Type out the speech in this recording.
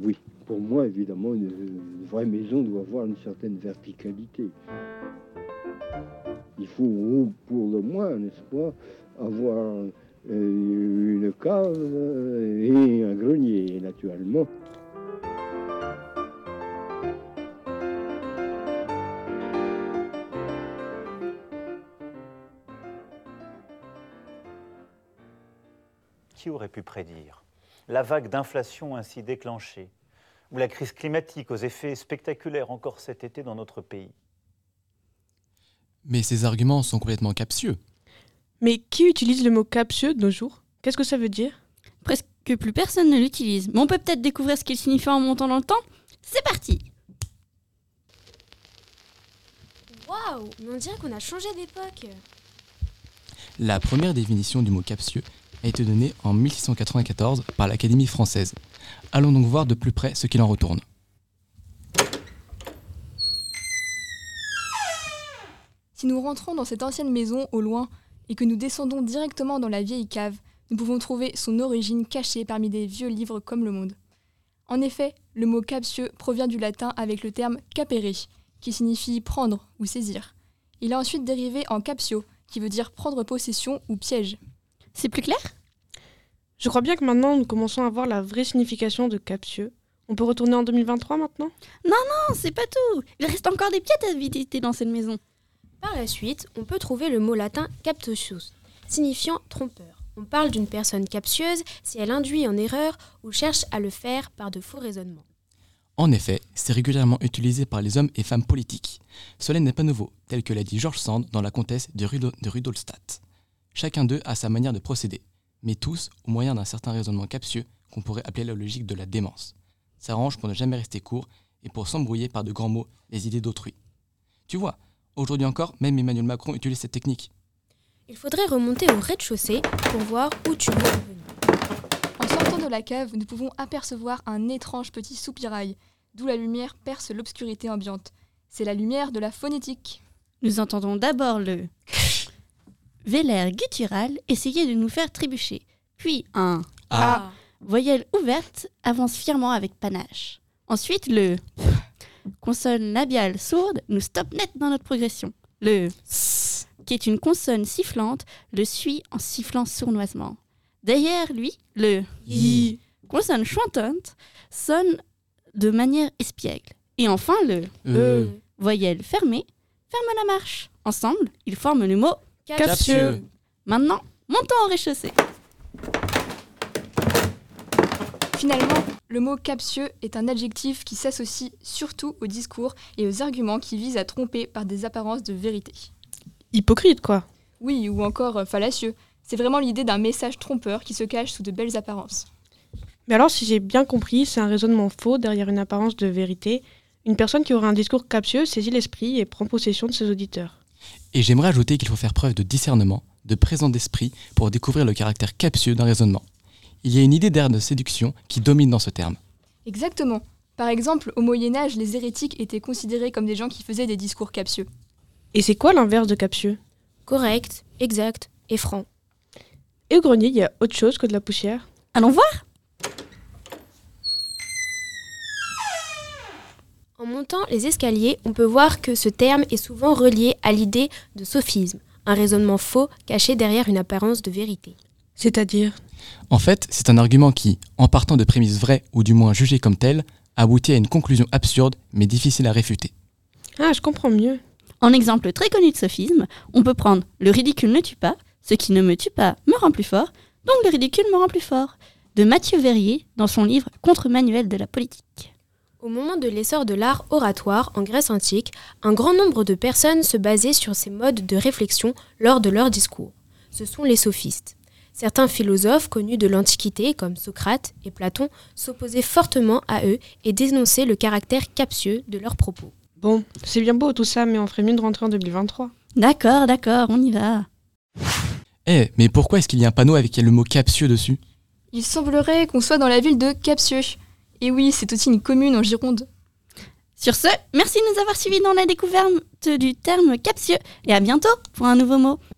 Oui, pour moi, évidemment, une vraie maison doit avoir une certaine verticalité. Il faut, pour le moins, n'est-ce pas, avoir une cave et un grenier, naturellement. Qui aurait pu prédire la vague d'inflation ainsi déclenchée, ou la crise climatique aux effets spectaculaires encore cet été dans notre pays? Mais ces arguments sont complètement captieux. Mais qui utilise le mot captieux de nos jours? Qu'est-ce que ça veut dire? Presque plus personne ne l'utilise, mais on peut peut-être découvrir ce qu'il signifie en montant dans le temps. C'est parti! Waouh, mais on dirait qu'on a changé d'époque. La première définition du mot captieux a été donnée en 1694 par l'Académie française. Allons donc voir de plus près ce qu'il en retourne. Si nous rentrons dans cette ancienne maison au loin et que nous descendons directement dans la vieille cave, nous pouvons trouver son origine cachée parmi des vieux livres comme Le Monde. En effet, le mot captieux provient du latin avec le terme capere, qui signifie prendre ou saisir. Il a ensuite dérivé en captio, qui veut dire prendre possession ou piège. C'est plus clair? Je crois bien que maintenant nous commençons à voir la vraie signification de captieux. On peut retourner en 2023 maintenant? Non, c'est pas tout. Il reste encore des pièces à visiter dans cette maison. Par la suite, on peut trouver le mot latin captius, signifiant trompeur. On parle d'une personne captieuse si elle induit en erreur ou cherche à le faire par de faux raisonnements. En effet, c'est régulièrement utilisé par les hommes et femmes politiques. Cela n'est pas nouveau, tel que l'a dit George Sand dans La Comtesse de Rudolstadt. Chacun d'eux a sa manière de procéder, mais tous au moyen d'un certain raisonnement captieux qu'on pourrait appeler la logique de la démence. S'arrange pour ne jamais rester court et pour s'embrouiller par de grands mots les idées d'autrui. Tu vois, aujourd'hui encore, même Emmanuel Macron utilise cette technique. Il faudrait remonter au rez-de-chaussée pour voir où tu veux revenir. En sortant de la cave, nous pouvons apercevoir un étrange petit soupirail, d'où la lumière perce l'obscurité ambiante. C'est la lumière de la phonétique. Nous entendons d'abord le vélaire guttural essayer de nous faire trébucher. Puis un Ah. Voyelle ouverte avance fièrement avec panache. Ensuite, le consonne labiale sourde nous stoppe net dans notre progression. Le S, qui est une consonne sifflante, le suit en sifflant sournoisement. Derrière lui, le I, consonne chantante, sonne de manière espiègle. Et enfin, le voyelle fermée ferme la marche. Ensemble, ils forment le mot captieux. Maintenant, montons au rez-de-chaussée. Finalement, le mot captieux est un adjectif qui s'associe surtout aux discours et aux arguments qui visent à tromper par des apparences de vérité. Hypocrite, quoi. Oui, ou encore fallacieux. C'est vraiment l'idée d'un message trompeur qui se cache sous de belles apparences. Mais alors, si j'ai bien compris, c'est un raisonnement faux derrière une apparence de vérité. Une personne qui aurait un discours captieux saisit l'esprit et prend possession de ses auditeurs. Et j'aimerais ajouter qu'il faut faire preuve de discernement, de présence d'esprit pour découvrir le caractère captieux d'un raisonnement. Il y a une idée d'air de séduction qui domine dans ce terme. Exactement. Par exemple, au Moyen-Âge, les hérétiques étaient considérés comme des gens qui faisaient des discours captieux. Et c'est quoi l'inverse de captieux? Correct, exact et franc. Et au grenier, il y a autre chose que de la poussière? Allons voir. En montant les escaliers, on peut voir que ce terme est souvent relié à l'idée de sophisme, un raisonnement faux caché derrière une apparence de vérité. C'est-à-dire? En fait, c'est un argument qui, en partant de prémices vraies ou du moins jugées comme telles, aboutit à une conclusion absurde mais difficile à réfuter. Ah, je comprends mieux. En exemple très connu de sophisme, on peut prendre « le ridicule ne tue pas, ce qui ne me tue pas me rend plus fort, donc le ridicule me rend plus fort » de Mathieu Verrier dans son livre « Contre-manuel de la politique ». Au moment de l'essor de l'art oratoire en Grèce antique, un grand nombre de personnes se basaient sur ces modes de réflexion lors de leurs discours. Ce sont les sophistes. Certains philosophes connus de l'Antiquité, comme Socrate et Platon, s'opposaient fortement à eux et dénonçaient le caractère captieux de leurs propos. Bon, c'est bien beau tout ça, mais on ferait mieux de rentrer en 2023. D'accord, on y va. Mais pourquoi est-ce qu'il y a un panneau avec le mot captieux dessus? Il semblerait qu'on soit dans la ville de Captieux. Et oui, c'est aussi une commune en Gironde. Sur ce, merci de nous avoir suivis dans la découverte du terme captieux et à bientôt pour un nouveau mot.